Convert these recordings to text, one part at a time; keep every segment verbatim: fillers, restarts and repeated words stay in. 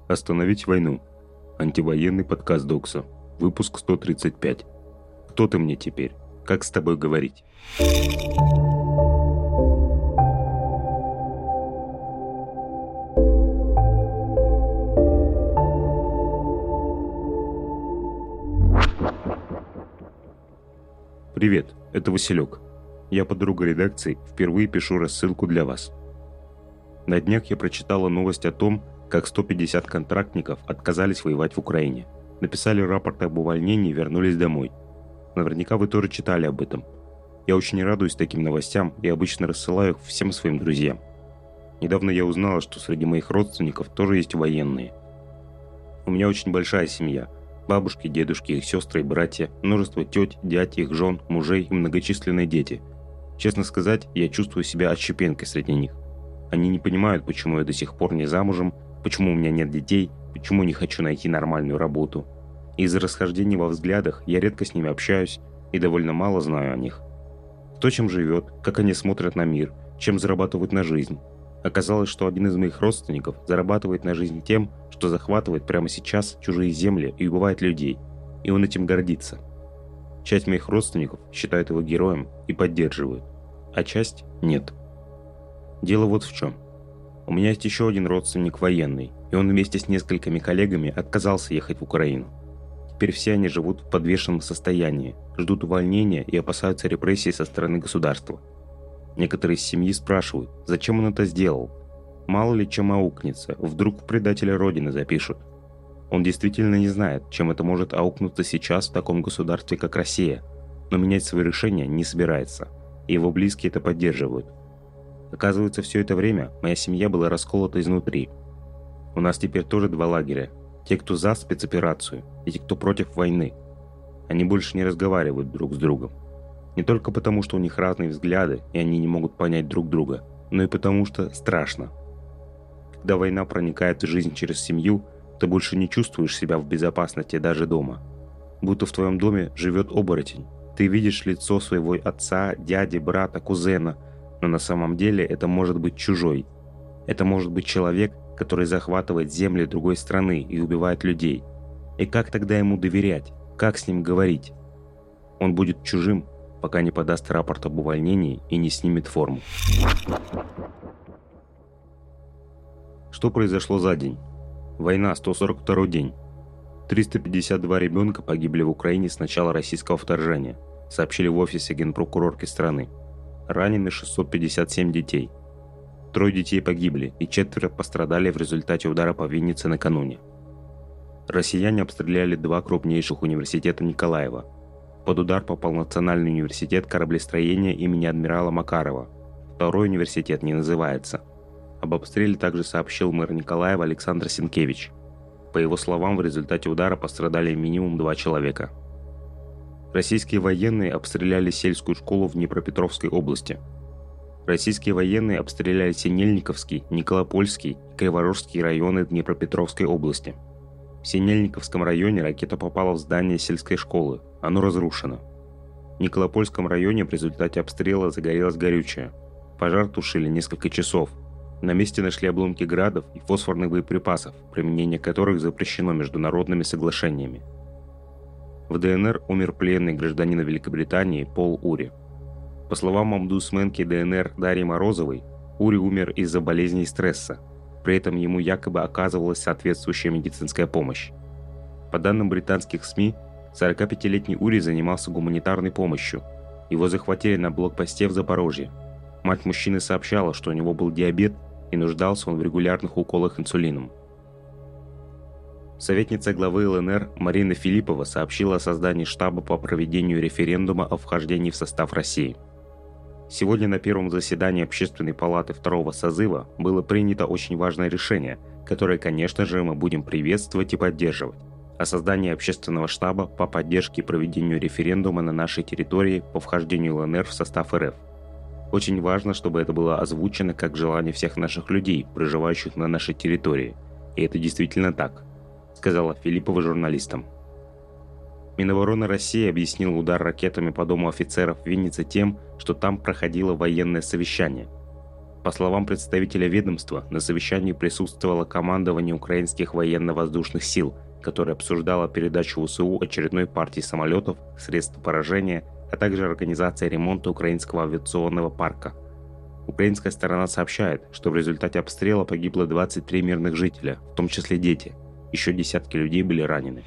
Остановить войну. Антивоенный подкаст Докса. Выпуск сто тридцать пять. Кто ты мне теперь? Как с тобой говорить? Привет, это Василек. Я подруга редакции, впервые пишу рассылку для вас. На днях я прочитала новость о том, как сто пятьдесят контрактников отказались воевать в Украине. Написали рапорт об увольнении и вернулись домой. Наверняка вы тоже читали об этом. Я очень радуюсь таким новостям и обычно рассылаю их всем своим друзьям. Недавно я узнала, что среди моих родственников тоже есть военные. У меня очень большая семья. Бабушки, дедушки, их сестры и братья, множество теть, дядь, их жен, мужей и многочисленные дети. Честно сказать, я чувствую себя отщепенкой среди них. Они не понимают, почему я до сих пор не замужем, почему у меня нет детей, почему не хочу найти нормальную работу. Из-за расхождений во взглядах я редко с ними общаюсь и довольно мало знаю о них. Кто чем живет, как они смотрят на мир, чем зарабатывают на жизнь. Оказалось, что один из моих родственников зарабатывает на жизнь тем, что захватывает прямо сейчас чужие земли и убивает людей, и он этим гордится. Часть моих родственников считают его героем и поддерживают, а часть нет. Дело вот в чем. У меня есть еще один родственник военный, и он вместе с несколькими коллегами отказался ехать в Украину. Теперь все они живут в подвешенном состоянии, ждут увольнения и опасаются репрессий со стороны государства. Некоторые из семьи спрашивают, зачем он это сделал. Мало ли чем аукнется, вдруг в предателя Родины запишут. Он действительно не знает, чем это может аукнуться сейчас в таком государстве, как Россия, но менять свои решения не собирается, и его близкие это поддерживают. Оказывается, все это время моя семья была расколота изнутри. У нас теперь тоже два лагеря. Те, кто за спецоперацию, и те, кто против войны. Они больше не разговаривают друг с другом. Не только потому, что у них разные взгляды, и они не могут понять друг друга, но и потому, что страшно. Когда война проникает в жизнь через семью, ты больше не чувствуешь себя в безопасности даже дома. Будто в твоем доме живет оборотень. Ты видишь лицо своего отца, дяди, брата, кузена, но на самом деле это может быть чужой. Это может быть человек, который захватывает земли другой страны и убивает людей. И как тогда ему доверять? Как с ним говорить? Он будет чужим, пока не подаст рапорт об увольнении и не снимет форму. Что произошло за день? Война, сто сорок второй день. триста пятьдесят два ребенка погибли в Украине с начала российского вторжения, сообщили в офисе генпрокурорки страны. Ранены шестьсот пятьдесят семь детей. Трое детей погибли, и четверо пострадали в результате удара по Виннице накануне. Россияне обстреляли два крупнейших университета Николаева. Под удар попал Национальный университет кораблестроения имени адмирала Макарова. Второй университет не называется. Об обстреле также сообщил мэр Николаева Александр Сенкевич. По его словам, в результате удара пострадали минимум два человека. Российские военные обстреляли сельскую школу в Днепропетровской области. Российские военные обстреляли Синельниковский, Николопольский и Криворожский районы Днепропетровской области. В Синельниковском районе ракета попала в здание сельской школы. Оно разрушено. В Николопольском районе в результате обстрела загорелось горючее. Пожар тушили несколько часов. На месте нашли обломки градов и фосфорных боеприпасов, применение которых запрещено международными соглашениями. В ДНР умер пленный гражданин Великобритании Пол Ури. По словам омбудсменки ДНР Дарьи Морозовой, Ури умер из-за болезни и стресса. При этом ему якобы оказывалась соответствующая медицинская помощь. По данным британских СМИ, сорокапятилетний Ури занимался гуманитарной помощью. Его захватили на блокпосте в Запорожье. Мать мужчины сообщала, что у него был диабет и нуждался он в регулярных уколах инсулином. Советница главы ЛНР Марина Филиппова сообщила о создании штаба по проведению референдума о вхождении в состав России. Сегодня на первом заседании Общественной палаты второго созыва было принято очень важное решение, которое, конечно же, мы будем приветствовать и поддерживать, о создании общественного штаба по поддержке и проведению референдума на нашей территории по вхождению ЛНР в состав РФ. Очень важно, чтобы это было озвучено как желание всех наших людей, проживающих на нашей территории. И это действительно так, сказала Филиппова журналистам. Минобороны России объяснил удар ракетами по дому офицеров в Виннице тем, что там проходило военное совещание. По словам представителя ведомства, на совещании присутствовало командование украинских военно-воздушных сил, которое обсуждало передачу ВСУ очередной партии самолетов, средств поражения, а также организация ремонта украинского авиационного парка. Украинская сторона сообщает, что в результате обстрела погибло двадцать три мирных жителя, в том числе дети. Еще десятки людей были ранены.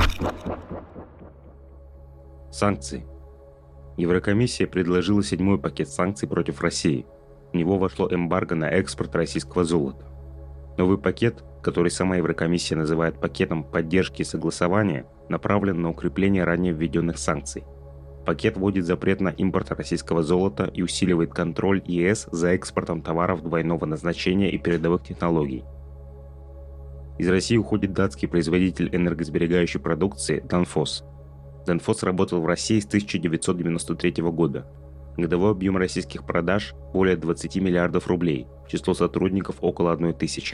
Санкции. Еврокомиссия предложила седьмой пакет санкций против России. В него вошло эмбарго на экспорт российского золота. Новый пакет, который сама Еврокомиссия называет пакетом поддержки и согласования, направлен на укрепление ранее введенных санкций. Пакет вводит запрет на импорт российского золота и усиливает контроль ЕС за экспортом товаров двойного назначения и передовых технологий. Из России уходит датский производитель энергосберегающей продукции Danfoss. Danfoss работал в России с тысяча девятьсот девяносто третьего года. Годовой объем российских продаж – более двадцать миллиардов рублей, число сотрудников – около одной тысячи.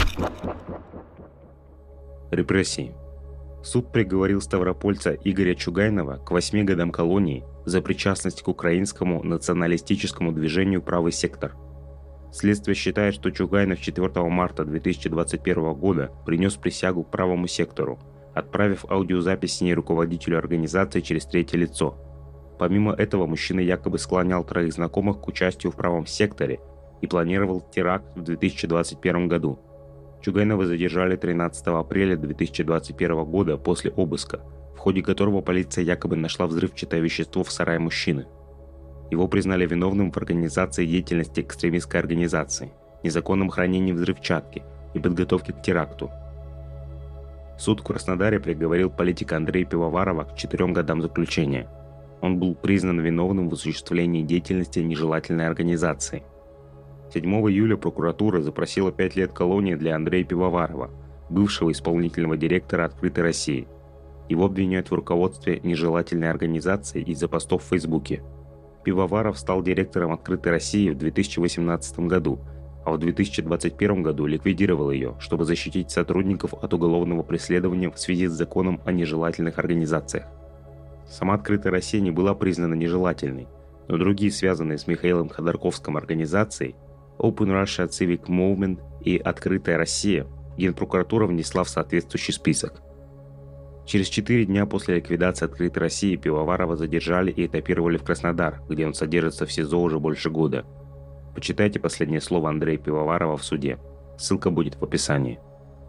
Репрессии. Суд приговорил ставропольца Игоря Чугайнова к восьми годам колонии за причастность к украинскому националистическому движению «Правый сектор». Следствие считает, что Чугайнов четвёртого марта две тысячи двадцать первого года принес присягу правому сектору, отправив аудиозапись с ней руководителю организации через третье лицо. Помимо этого, мужчина якобы склонял троих знакомых к участию в правом секторе и планировал теракт в две тысячи двадцать первом году. Чугайнова задержали тринадцатого апреля две тысячи двадцать первого года после обыска, в ходе которого полиция якобы нашла взрывчатое вещество в сарае мужчины. Его признали виновным в организации деятельности экстремистской организации, незаконном хранении взрывчатки и подготовке к теракту. Суд в Краснодаре приговорил политика Андрея Пивоварова к четырем годам заключения. Он был признан виновным в осуществлении деятельности нежелательной организации. седьмого июля прокуратура запросила пять лет колонии для Андрея Пивоварова, бывшего исполнительного директора «Открытой России». Его обвиняют в руководстве нежелательной организации из-за постов в Фейсбуке. Пивоваров стал директором «Открытой России» в две тысячи восемнадцатом году, а в две тысячи двадцать первом году ликвидировал ее, чтобы защитить сотрудников от уголовного преследования в связи с законом о нежелательных организациях. Сама «Открытая Россия» не была признана нежелательной, но другие связанные с Михаилом Ходорковским организации Open Russia Civic Movement и «Открытая Россия» Генпрокуратура внесла в соответствующий список. Через четыре дня после ликвидации «Открытой России» Пивоварова задержали и этапировали в Краснодар, где он содержится в СИЗО уже больше года. Почитайте последнее слово Андрея Пивоварова в суде. Ссылка будет в описании.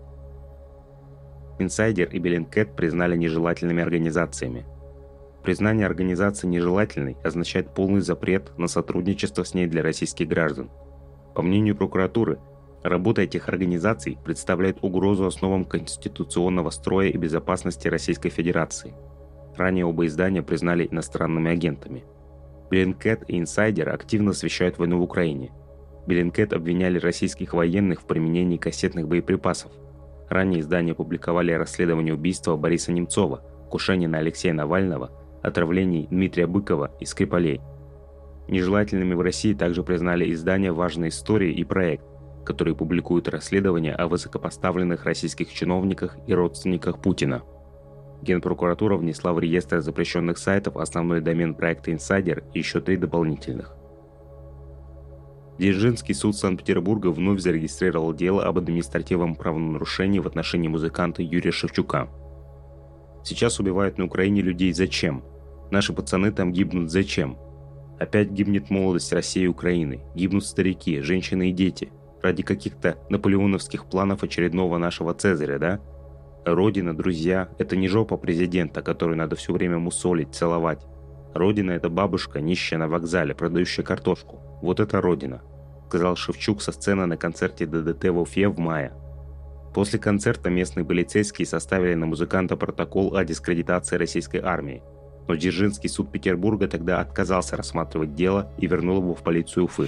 Инсайдер и Bellingcat признали нежелательными организациями. Признание организации нежелательной означает полный запрет на сотрудничество с ней для российских граждан. По мнению прокуратуры, работа этих организаций представляет угрозу основам конституционного строя и безопасности Российской Федерации. Ранее оба издания признали иностранными агентами. Bellingcat и Insider активно освещают войну в Украине. Bellingcat обвиняли российских военных в применении кассетных боеприпасов. Ранее издания публиковали расследование убийства Бориса Немцова, покушения на Алексея Навального, отравлений Дмитрия Быкова и Скрипалей. Нежелательными в России также признали издания «Важные истории» и «Проект», которые публикуют расследования о высокопоставленных российских чиновниках и родственниках Путина. Генпрокуратура внесла в реестр запрещенных сайтов основной домен проекта Insider и еще три дополнительных. Дзержинский суд Санкт-Петербурга вновь зарегистрировал дело об административном правонарушении в отношении музыканта Юрия Шевчука. Сейчас убивают на Украине людей зачем? Наши пацаны там гибнут зачем? Опять гибнет молодость России и Украины, гибнут старики, женщины и дети. Ради каких-то наполеоновских планов очередного нашего Цезаря, да? Родина, друзья, это не жопа президента, которую надо все время мусолить, целовать. Родина – это бабушка, нищая на вокзале, продающая картошку. Вот это родина, сказал Шевчук со сцены на концерте ДДТ в Уфе в мае. После концерта местные полицейские составили на музыканта протокол о дискредитации российской армии. Но Дзержинский суд Петербурга тогда отказался рассматривать дело и вернул его в полицию Уфы.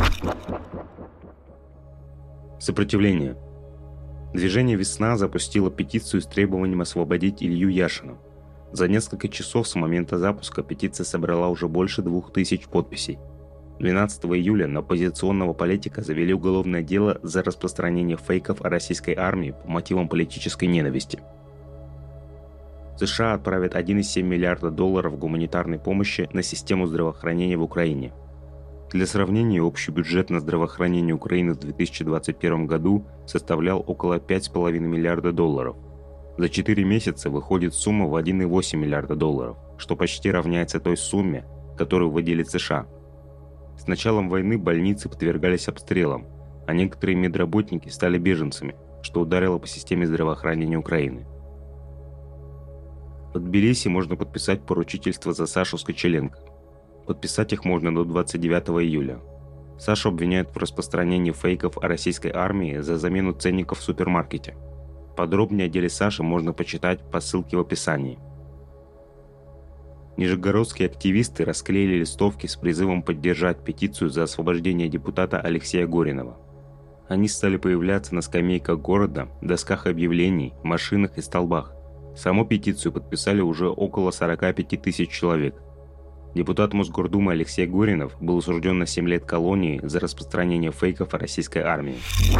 Сопротивление. Движение «Весна» запустило петицию с требованием освободить Илью Яшина. За несколько часов с момента запуска петиция собрала уже больше двух тысяч подписей. двенадцатого июля на оппозиционного политика завели уголовное дело за распространение фейков о российской армии по мотивам политической ненависти. США отправят один целых семь десятых миллиарда долларов гуманитарной помощи на систему здравоохранения в Украине. Для сравнения, общий бюджет на здравоохранение Украины в две тысячи двадцать первом году составлял около пять с половиной миллиарда долларов. За четыре месяца выходит сумма в один и восемь миллиарда долларов, что почти равняется той сумме, которую выделит США. С началом войны больницы подвергались обстрелам, а некоторые медработники стали беженцами, что ударило по системе здравоохранения Украины. В Тбилиси можно подписать поручительство за Сашу Скочеленко. Подписать их можно до двадцать девятого июля. Сашу обвиняют в распространении фейков о российской армии за замену ценников в супермаркете. Подробнее о деле Саши можно почитать по ссылке в описании. Нижегородские активисты расклеили листовки с призывом поддержать петицию за освобождение депутата Алексея Горинова. Они стали появляться на скамейках города, досках объявлений, машинах и столбах. Саму петицию подписали уже около сорок пять тысяч человек. Депутат Мосгордумы Алексей Горинов был осужден на семь лет колонии за распространение фейков о российской армии.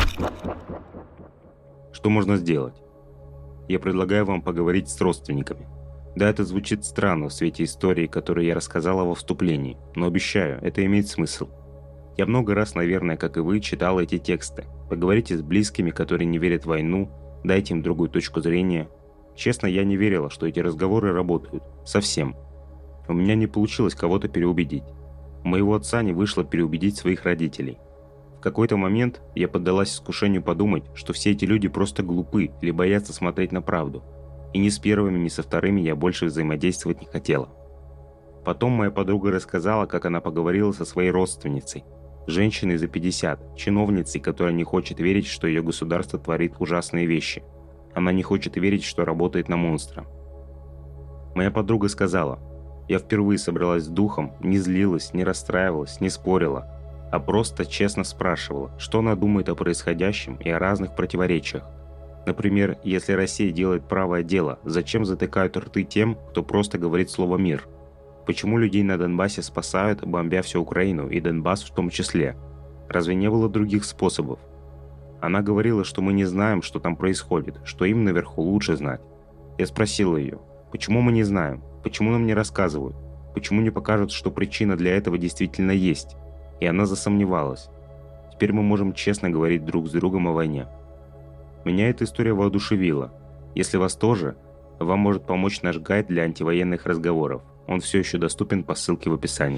Что можно сделать? Я предлагаю вам поговорить с родственниками. Да, это звучит странно в свете истории, которую я рассказала во вступлении, но обещаю, это имеет смысл. Я много раз, наверное, как и вы, читал эти тексты. Поговорите с близкими, которые не верят в войну, дайте им другую точку зрения. Честно, я не верила, что эти разговоры работают. Совсем. У меня не получилось кого-то переубедить. У моего отца не вышло переубедить своих родителей. В какой-то момент я поддалась искушению подумать, что все эти люди просто глупы или боятся смотреть на правду. И ни с первыми, ни со вторыми я больше взаимодействовать не хотела. Потом моя подруга рассказала, как она поговорила со своей родственницей, женщиной за пятьдесят, чиновницей, которая не хочет верить, что ее государство творит ужасные вещи. Она не хочет верить, что работает на монстра. Моя подруга сказала: «Я впервые собралась с духом, не злилась, не расстраивалась, не спорила, а просто честно спрашивала, что она думает о происходящем и о разных противоречиях. Например, если Россия делает правое дело, зачем затыкают рты тем, кто просто говорит слово «мир»? Почему людей на Донбассе спасают, бомбя всю Украину и Донбасс в том числе? Разве не было других способов?» Она говорила, что мы не знаем, что там происходит, что им наверху лучше знать. Я спросила ее: почему мы не знаем? Почему нам не рассказывают? Почему не покажут, что причина для этого действительно есть? И она засомневалась. Теперь мы можем честно говорить друг с другом о войне. Меня эта история воодушевила. Если вас тоже, вам может помочь наш гайд для антивоенных разговоров. Он все еще доступен по ссылке в описании.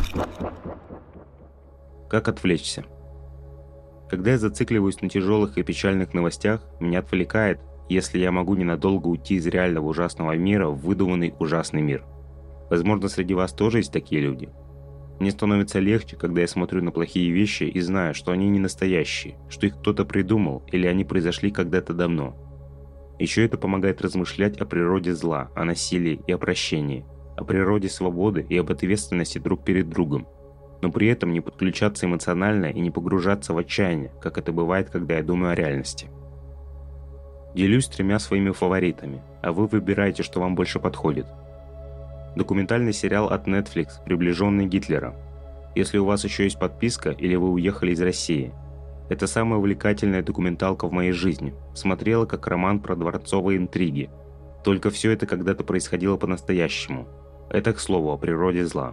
Как отвлечься? Когда я зацикливаюсь на тяжелых и печальных новостях, меня отвлекает, если я могу ненадолго уйти из реального ужасного мира в выдуманный ужасный мир. Возможно, среди вас тоже есть такие люди. Мне становится легче, когда я смотрю на плохие вещи и знаю, что они не настоящие, что их кто-то придумал или они произошли когда-то давно. Еще это помогает размышлять о природе зла, о насилии и о прощении, о природе свободы и об ответственности друг перед другом, но при этом не подключаться эмоционально и не погружаться в отчаяние, как это бывает, когда я думаю о реальности. Делюсь тремя своими фаворитами, а вы выбираете, что вам больше подходит. Документальный сериал от Netflix «Приближенный Гитлера». Если у вас еще есть подписка или вы уехали из России. Это самая увлекательная документалка в моей жизни. Смотрела как роман про дворцовые интриги. Только все это когда-то происходило по-настоящему. Это, к слову, о природе зла.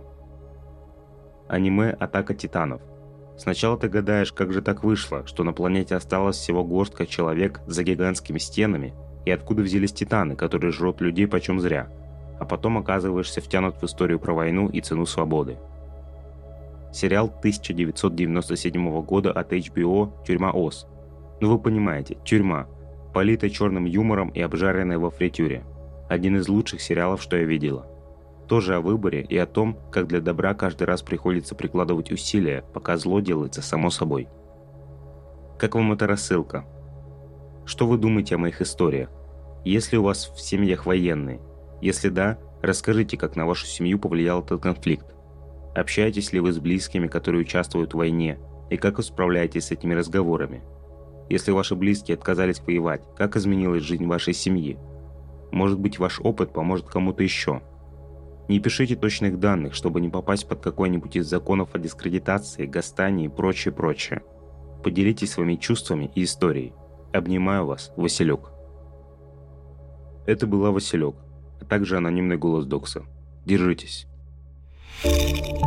Аниме «Атака титанов». Сначала ты гадаешь, как же так вышло, что на планете осталось всего горстка человек за гигантскими стенами, и откуда взялись титаны, которые жрут людей почем зря, а потом оказываешься втянут в историю про войну и цену свободы. Сериал тысяча девятьсот девяносто седьмого года от эйч би о «Тюрьма Оз». Ну вы понимаете, тюрьма, политая черным юмором и обжаренная во фритюре. Один из лучших сериалов, что я видела. Тоже о выборе и о том, как для добра каждый раз приходится прикладывать усилия, пока зло делается само собой. Как вам эта рассылка? Что вы думаете о моих историях? Есть ли у вас в семьях военные? Если да, расскажите, как на вашу семью повлиял этот конфликт. Общаетесь ли вы с близкими, которые участвуют в войне, и как вы справляетесь с этими разговорами? Если ваши близкие отказались воевать, как изменилась жизнь вашей семьи? Может быть, ваш опыт поможет кому-то еще? Не пишите точных данных, чтобы не попасть под какой-нибудь из законов о дискредитации, гастании и прочее-прочее. Поделитесь своими чувствами и историей. Обнимаю вас, Василек. Это была Василек, а также анонимный голос Докса. Держитесь.